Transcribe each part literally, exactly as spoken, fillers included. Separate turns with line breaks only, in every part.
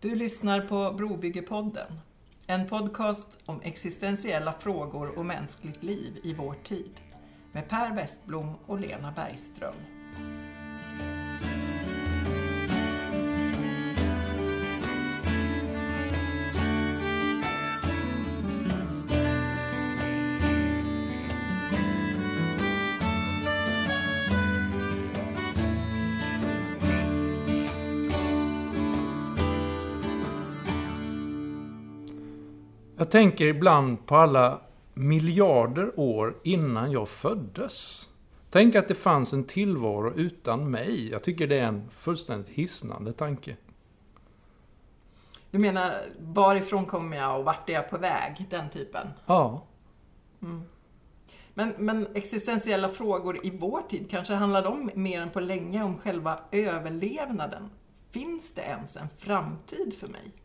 Du lyssnar på Brobyggepodden, en podcast om existentiella frågor och mänskligt liv i vår tid, med Per Westblom och Lena Bergström.
Jag tänker ibland på alla miljarder år innan jag föddes. Tänk att det fanns en tillvaro utan mig. Jag tycker det är en fullständigt hisnande tanke.
Du menar, varifrån kommer jag och vart är jag på väg? Den typen?
Ja.
Mm. Men, men existentiella frågor i vår tid, kanske handlar de mer än på länge om själva överlevnaden. Finns det ens en framtid för mig?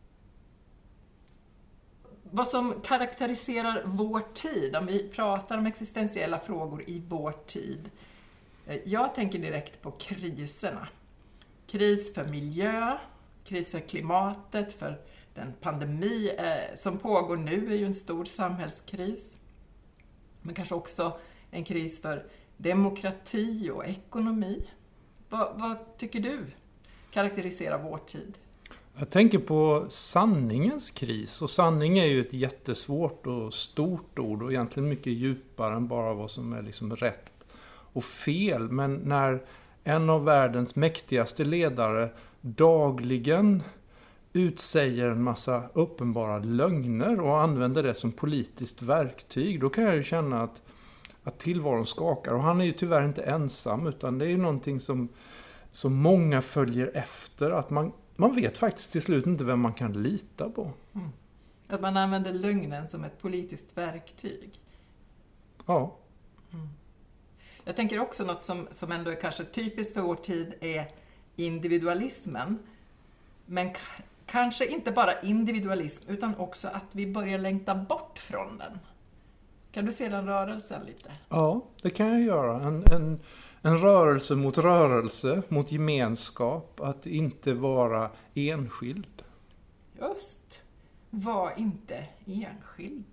Vad som karaktäriserar vår tid, om vi pratar om existentiella frågor i vår tid. Jag tänker direkt på kriserna. Kris för miljö, kris för klimatet, för den pandemi eh, som pågår nu är ju en stor samhällskris. Men kanske också en kris för demokrati och ekonomi. Vad, vad tycker du karaktäriserar vår tid?
Jag tänker på sanningens kris, och sanning är ju ett jättesvårt och stort ord och egentligen mycket djupare än bara vad som är liksom rätt och fel. Men när en av världens mäktigaste ledare dagligen utsäger en massa uppenbara lögner och använder det som politiskt verktyg, då kan jag ju känna att, att tillvaron skakar. Och han är ju tyvärr inte ensam, utan det är ju någonting som, som många följer efter, att man Man vet faktiskt till slut inte vem man kan lita på.
Mm. Att man använder lögnen som ett politiskt verktyg.
Ja.
Mm. Jag tänker också något som, som ändå är kanske typiskt för vår tid är individualismen. Men k- kanske inte bara individualism utan också att vi börjar längta bort från den. Kan du se den rörelsen lite?
Ja, det kan jag göra. En, en, en rörelse mot rörelse, mot gemenskap, att inte vara enskild.
Just, var inte enskild.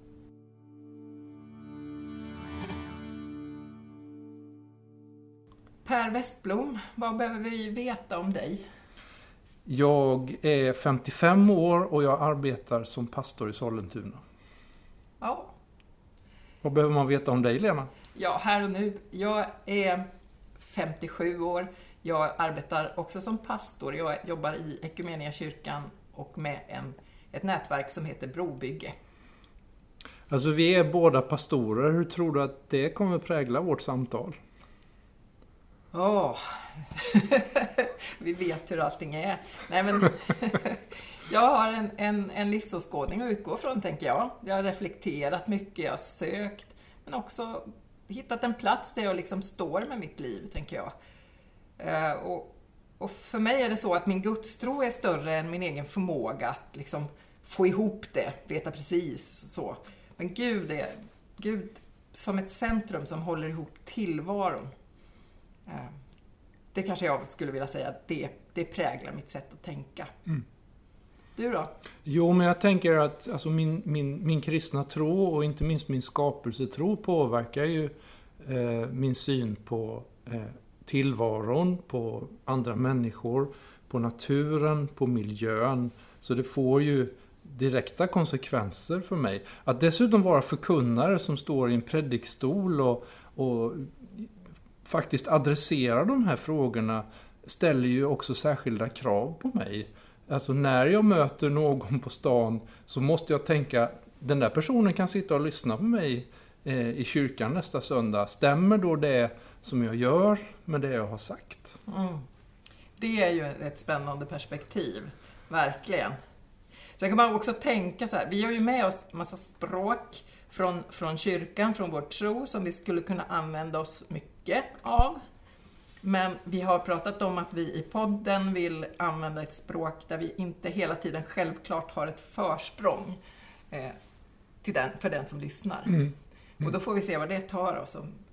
Per Westblom, vad behöver vi veta om dig?
Jag är femtiofem år och jag arbetar som pastor i Sollentuna.
Ja.
Vad behöver man veta om dig, Lena?
Ja, här och nu. Jag är femtiosju år. Jag arbetar också som pastor. Jag jobbar i Equmeniakyrkan och med en, ett nätverk som heter Brobygge.
Alltså vi är båda pastorer. Hur tror du att det kommer prägla vårt samtal?
Åh, oh. Vi vet hur allting är. Nej, men jag har en, en, en livsåskådning att utgå från, tänker jag. Jag har reflekterat mycket, jag har sökt, men också hittat en plats där jag liksom står med mitt liv, tänker jag. Uh, och, och för mig är det så att min gudstro är större än min egen förmåga att liksom få ihop det, veta precis så. Men Gud är Gud som ett centrum som håller ihop tillvaron. Uh, det kanske jag skulle vilja säga att det, det präglar mitt sätt att tänka. Mm. Du då?
Jo, men jag tänker att alltså min, min, min kristna tro och inte minst min skapelsetro påverkar ju eh, min syn på eh, tillvaron, på andra människor, på naturen, på miljön. Så det får ju direkta konsekvenser för mig. Att dessutom vara förkunnare som står i en predikstol och, och faktiskt adressera de här frågorna ställer ju också särskilda krav på mig. Alltså när jag möter någon på stan så måste jag tänka, den där personen kan sitta och lyssna på mig eh, i kyrkan nästa söndag. Stämmer då det som jag gör med det jag har sagt?
Mm. Det är ju ett spännande perspektiv, verkligen. Sen kan man också tänka så här, vi har ju med oss en massa språk från, från kyrkan, från vår tro som vi skulle kunna använda oss mycket av. Men vi har pratat om att vi i podden vill använda ett språk där vi inte hela tiden självklart har ett försprång eh, till den, för den som lyssnar. Mm. Mm. Och då får vi se vad det tar oss. Om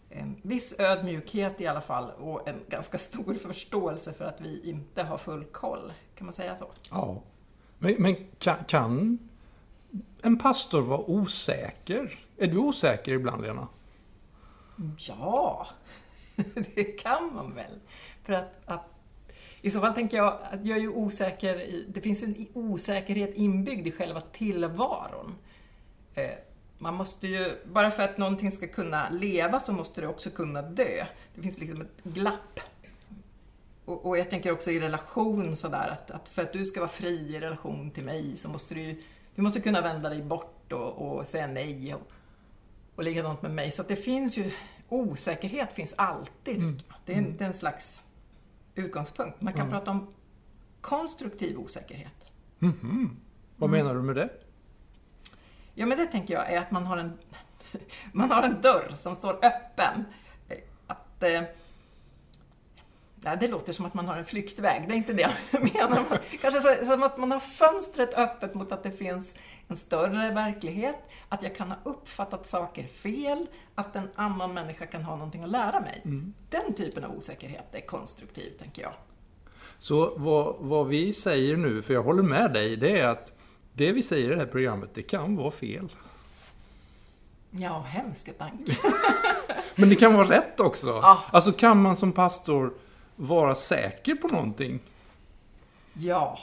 en viss ödmjukhet i alla fall och en ganska stor förståelse för att vi inte har full koll. Kan man säga så?
Ja. Men, men kan, kan en pastor vara osäker? Är du osäker ibland, Lena?
Ja, det kan man väl. För att, att i så fall tänker jag att jag är ju osäker i, det finns en osäkerhet inbyggd i själva tillvaron. Eh, man måste ju, bara för att någonting ska kunna leva så måste det också kunna dö. Det finns liksom ett glapp. Och, och jag tänker också i relation sådär att, att för att du ska vara fri i relation till mig så måste du ju, du måste kunna vända dig bort och, och säga nej och, och likadant med mig. Så att det finns ju, osäkerhet finns alltid. Mm. Det, är en, det är en slags utgångspunkt. Man kan mm. prata om konstruktiv osäkerhet.
Mm-hmm. Vad
Mm.
menar du med det?
Ja, men det tänker jag är att man har en, man har en dörr som står öppen. Att, eh, nej, det låter som att man har en flyktväg. Det är inte det jag menar. Kanske så, som att man har fönstret öppet mot att det finns en större verklighet. Att jag kan ha uppfattat saker fel. Att en annan människa kan ha någonting att lära mig. Mm. Den typen av osäkerhet är konstruktiv, tänker jag.
Så vad, vad vi säger nu, för jag håller med dig, det är att det vi säger i det här programmet, det kan vara fel.
Ja, hemska tanke.
Men det kan vara rätt också.
Ja.
Alltså kan man som pastor vara säker på någonting?
Ja.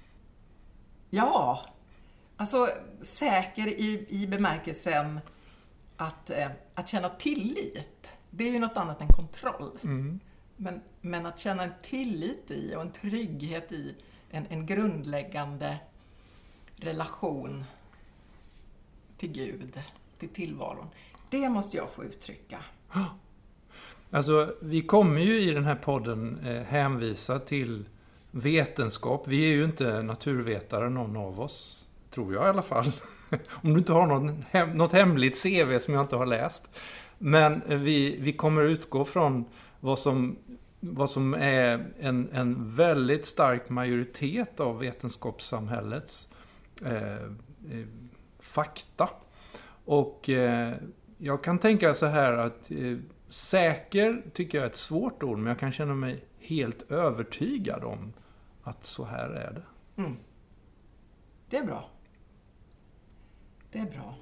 Ja. Alltså säker i, i bemärkelsen att, eh, att känna tillit. Det är ju något annat än kontroll.
Mm.
Men, men att känna en tillit i och en trygghet i en, en grundläggande relation till Gud, till tillvaron. Det måste jag få uttrycka.
Alltså, vi kommer ju i den här podden eh, hänvisa till vetenskap. Vi är ju inte naturvetare någon av oss, tror jag i alla fall. Om du inte har någon hem, något hemligt C V som jag inte har läst. Men eh, vi, vi kommer utgå från vad som, vad som är en, en väldigt stark majoritet av vetenskapssamhällets eh, eh, fakta. Och eh, jag kan tänka så här att eh, säker tycker jag är ett svårt ord, men jag kan känna mig helt övertygad om att så här är det.
Mm. Det är bra. Det är bra.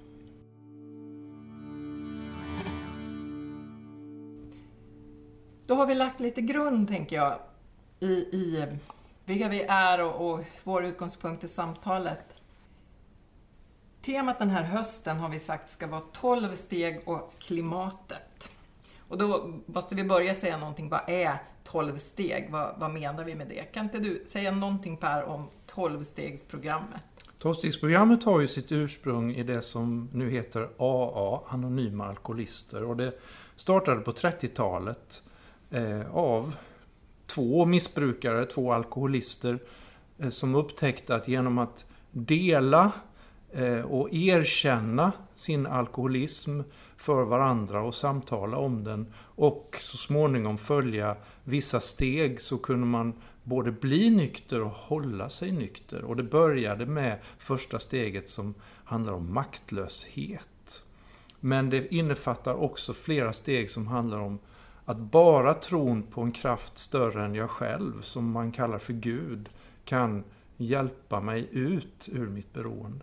Då har vi lagt lite grund, tänker jag, i, i vilka vi är och, och vår utgångspunkt i samtalet. Temat den här hösten har vi sagt ska vara tolv steg och klimatet. Och då måste vi börja säga någonting. Vad är tolv steg? Vad, vad menar vi med det? Kan inte du säga någonting, Per, om tolv-stegsprogrammet?
tolv-stegsprogrammet har ju sitt ursprung i det som nu heter A A, Anonyma Alkoholister. Och det startade på trettiotalet eh, av två missbrukare, två alkoholister eh, som upptäckte att genom att dela och erkänna sin alkoholism för varandra och samtala om den och så småningom följa vissa steg, så kunde man både bli nykter och hålla sig nykter. Och det började med första steget som handlar om maktlöshet. Men det innefattar också flera steg som handlar om att bara tron på en kraft större än jag själv, som man kallar för Gud, kan hjälpa mig ut ur mitt beroende.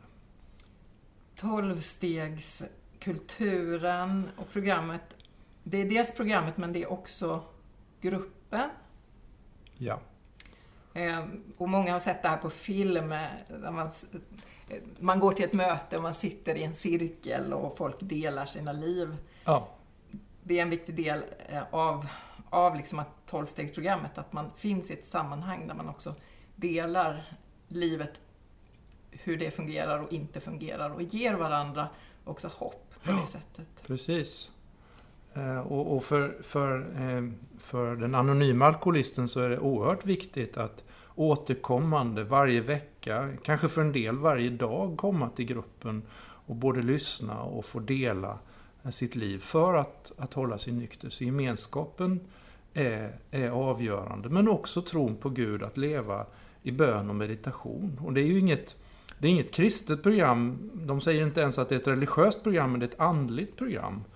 tolv-stegskulturen och programmet, det är dels programmet men det är också gruppen.
Ja.
Eh, och många har sett det här på film, där man, man går till ett möte och man sitter i en cirkel och folk delar sina liv.
Ja.
Det är en viktig del av, av liksom att tolv-stegsprogrammet, att man finns i ett sammanhang där man också delar livet, hur det fungerar och inte fungerar, och ger varandra också hopp på det sättet.
Precis. Och, och för, för, för den anonyma alkoholisten så är det oerhört viktigt att återkommande varje vecka, kanske för en del varje dag, komma till gruppen och både lyssna och få dela sitt liv för att, att hålla sig nykter. Så gemenskapen är, är avgörande, men också tron på Gud, att leva i bön och meditation. Och det är ju inget, det är inget kristet program. De säger inte ens att det är ett religiöst program, men det är ett andligt program.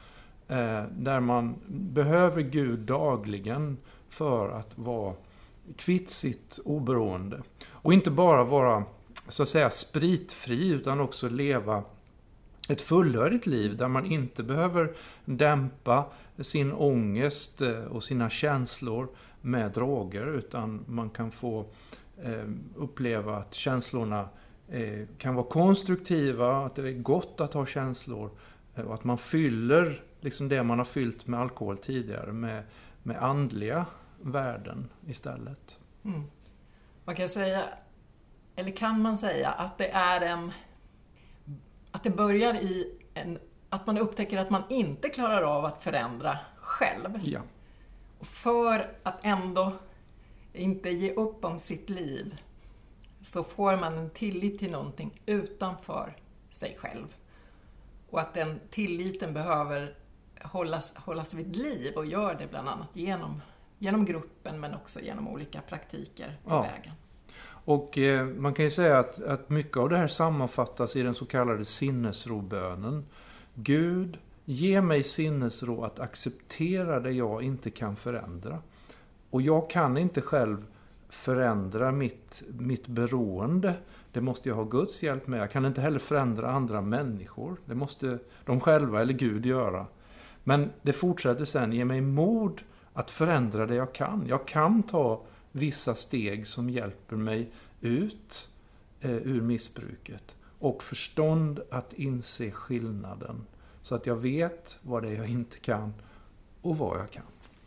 eh, där man behöver Gud dagligen för att vara kvitt sitt oberoende. Och inte bara vara så att säga spritfri, utan också leva ett fullödigt liv där man inte behöver dämpa sin ångest och sina känslor med droger, utan man kan få eh, uppleva att känslorna eh, kan vara konstruktiva, att det är gott att ha känslor eh, och att man fyller liksom det man har fyllt med alkohol tidigare med, med andliga värden istället.
Mm. Man kan säga, eller kan man säga att det är en att det börjar i en, att man upptäcker att man inte klarar av att förändra själv.
Ja.
Och för att ändå inte ge upp om sitt liv så får man en tillit till någonting utanför sig själv. Och att den tilliten behöver hållas, hållas vid liv, och gör det bland annat genom, genom gruppen, men också genom olika praktiker på
ja.
vägen.
Och eh, man kan ju säga att, att mycket av det här sammanfattas i den så kallade sinnesrobönen. Gud, ge mig sinnesro att acceptera det jag inte kan förändra. Och jag kan inte själv förändra mitt, mitt beroende. Det måste jag ha Guds hjälp med. Jag kan inte heller förändra andra människor. Det måste de själva eller Gud göra. Men det fortsätter sen, ge mig mod att förändra det jag kan. Jag kan ta vissa steg som hjälper mig ut eh, ur missbruket. Och förstånd att inse skillnaden. Så att jag vet vad det är jag inte kan och vad jag kan.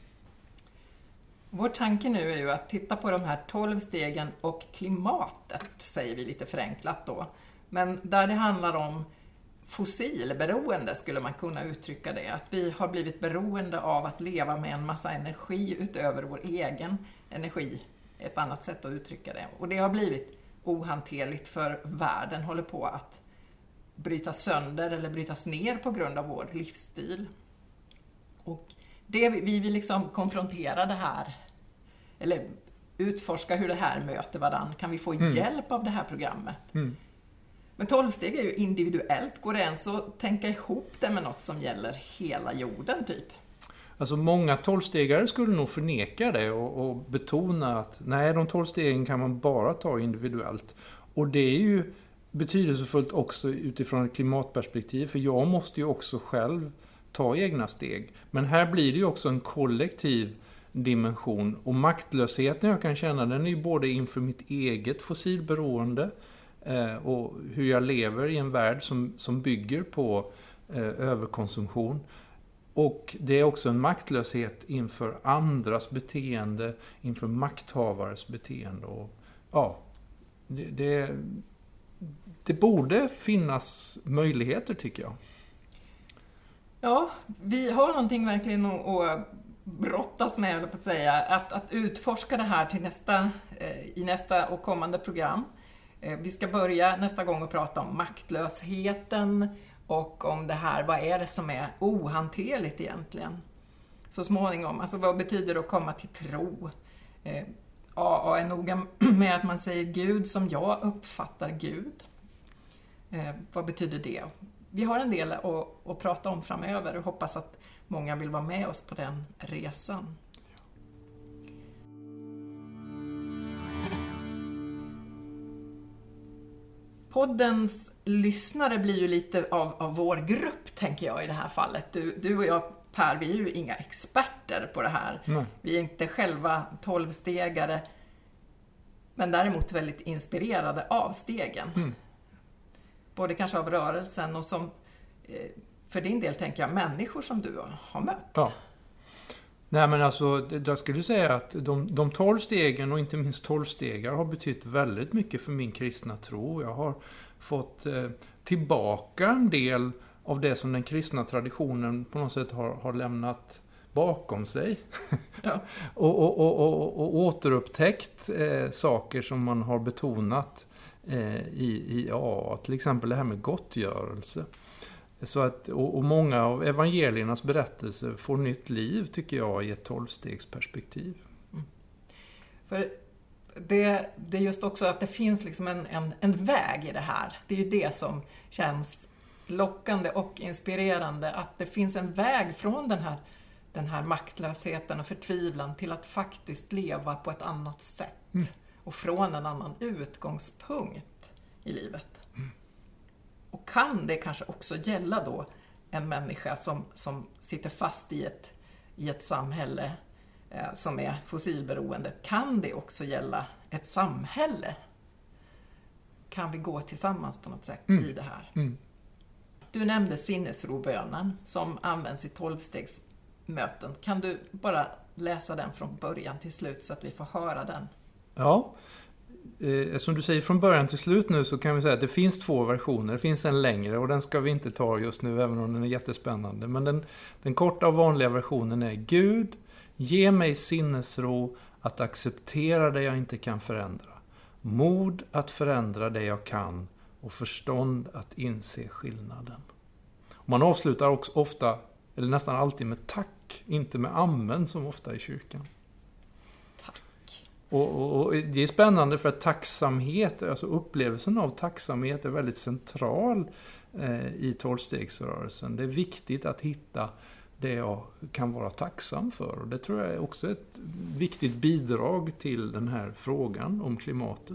Vår tanke nu är ju att titta på de här tolv stegen och klimatet, säger vi lite förenklat då. Men där det handlar om fossilberoende skulle man kunna uttrycka det. Att vi har blivit beroende av att leva med en massa energi utöver vår egen energi. Ett annat sätt att uttrycka det. Och det har blivit ohanterligt, för världen håller på att brytas sönder eller brytas ner på grund av vår livsstil. Och det vi vill liksom konfrontera det här, eller utforska hur det här möter varann. Kan vi få mm. hjälp av det här programmet? Mm. Men tolvsteg är ju individuellt. Går det ens att tänka ihop det med något som gäller hela jorden typ?
Alltså många tolvstegare skulle nog förneka det och, och betona att nej, de tolvstegen kan man bara ta individuellt. Och det är ju betydelsefullt också utifrån ett klimatperspektiv, för jag måste ju också själv ta egna steg. Men här blir det ju också en kollektiv dimension, och maktlösheten jag kan känna, den är ju både inför mitt eget fossilberoende eh, och hur jag lever i en värld som, som bygger på eh, överkonsumtion. Och det är också en maktlöshet inför andras beteende, inför makthavares beteende. Och, ja, det, det, det borde finnas möjligheter, tycker jag.
Ja, vi har någonting verkligen att, att brottas med, eller på att säga. Att, att utforska det här till nästa, i nästa och kommande program. Vi ska börja nästa gång att prata om maktlösheten och om det här, vad är det som är ohanterligt egentligen? Så småningom, alltså vad betyder det att komma till tro? Eh, A A är noga med att man säger Gud som jag uppfattar Gud. Eh, vad betyder det? Vi har en del att, att prata om framöver och hoppas att många vill vara med oss på den resan. Poddens lyssnare blir ju lite av, av vår grupp, tänker jag i det här fallet. Du, du och jag, Per, vi är ju inga experter på det här. Nej. Vi är inte själva tolvstegare, men däremot väldigt inspirerade av stegen. Mm. Både kanske av rörelsen och som, för din del tänker jag, människor som du har mött.
Ja. Nej, men alltså, jag skulle säga att de, de tolv stegen och inte minst tolvstegar har betytt väldigt mycket för min kristna tro. Jag har fått eh, tillbaka en del av det som den kristna traditionen på något sätt har, har lämnat bakom sig. Ja. och, och, och, och, och återupptäckt eh, saker som man har betonat eh, i, i A A. Till exempel det här med gottgörelse. Så att, och, och många av evangeliernas berättelser får nytt liv, tycker jag, i ett tolvstegsperspektiv. Mm.
För det, det är just också att det finns liksom en, en, en väg i det här. Det är ju det som känns lockande och inspirerande att det finns en väg från den här, den här maktlösheten och förtvivlan till att faktiskt leva på ett annat sätt. Mm. Och från en annan utgångspunkt i livet. Mm. Och kan det kanske också gälla då en människa som, som sitter fast i ett, i ett samhälle eh, som är fossilberoende. Kan det också gälla ett samhälle? Kan vi gå tillsammans på något sätt mm. i det här? Mm. Du nämnde sinnesrobönen som används i tolvstegsmöten. Kan du bara läsa den från början till slut så att vi får höra den?
Ja, eh, som du säger från början till slut nu så kan vi säga att det finns två versioner. Det finns en längre och den ska vi inte ta just nu även om den är jättespännande. Men den, den korta och vanliga versionen är: Gud, ge mig sinnesro att acceptera det jag inte kan förändra. Mod att förändra det jag kan och förstånd att inse skillnaden. Man avslutar också ofta, eller nästan alltid, med tack, inte med amen som ofta i kyrkan.
Tack.
Och, och, och det är spännande för att tacksamhet, alltså upplevelsen av tacksamhet är väldigt central eh, i tolvstegsrörelsen. Det är viktigt att hitta det jag kan vara tacksam för. Och det tror jag är också ett viktigt bidrag till den här frågan om klimatet.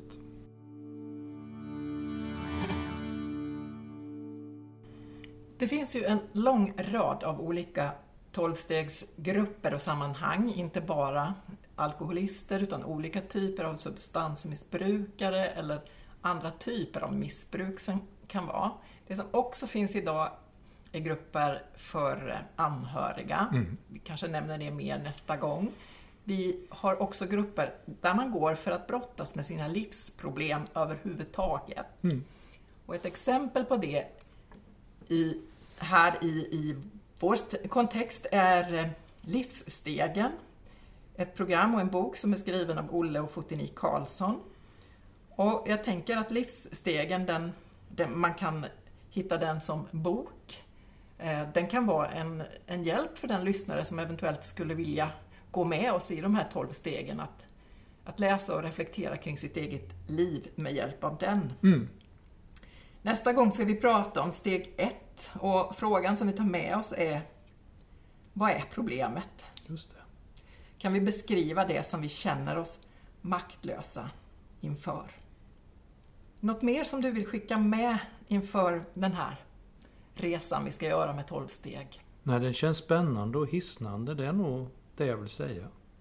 Det finns ju en lång rad av olika tolvstegsgrupper och sammanhang. Inte bara alkoholister utan olika typer av substansmissbrukare eller andra typer av missbruk som kan vara. Det som också finns idag är grupper för anhöriga. Mm. Vi kanske nämner det mer nästa gång. Vi har också grupper där man går för att brottas med sina livsproblem överhuvudtaget. Mm. Och ett exempel på det i, här i, i vår kontext är Livsstegen. Ett program och en bok som är skriven av Olle och Fotini Karlsson. Och jag tänker att Livsstegen, den, den, man kan hitta den som bok. Den kan vara en, en hjälp för den lyssnare som eventuellt skulle vilja gå med oss i de här tolv stegen. Att, att läsa och reflektera kring sitt eget liv med hjälp av den. Mm. Nästa gång ska vi prata om steg ett. Och frågan som vi tar med oss är: vad är problemet?
Just det.
Kan vi beskriva det som vi känner oss maktlösa inför? Något mer som du vill skicka med inför den här resan vi ska göra med tolv steg?
Nej, den känns spännande och hisnande. Det är nog det jag vill säga.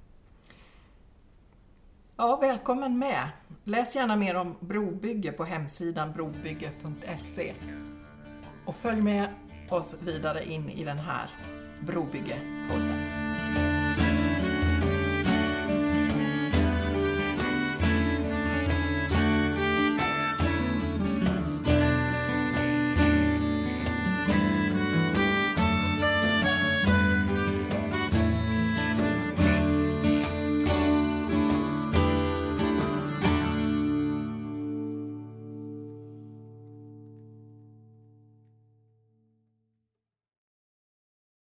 Ja, välkommen med. Läs gärna mer om brobygge på hemsidan brobygge punkt se. Och följ med oss vidare in i den här Brobygge-podden.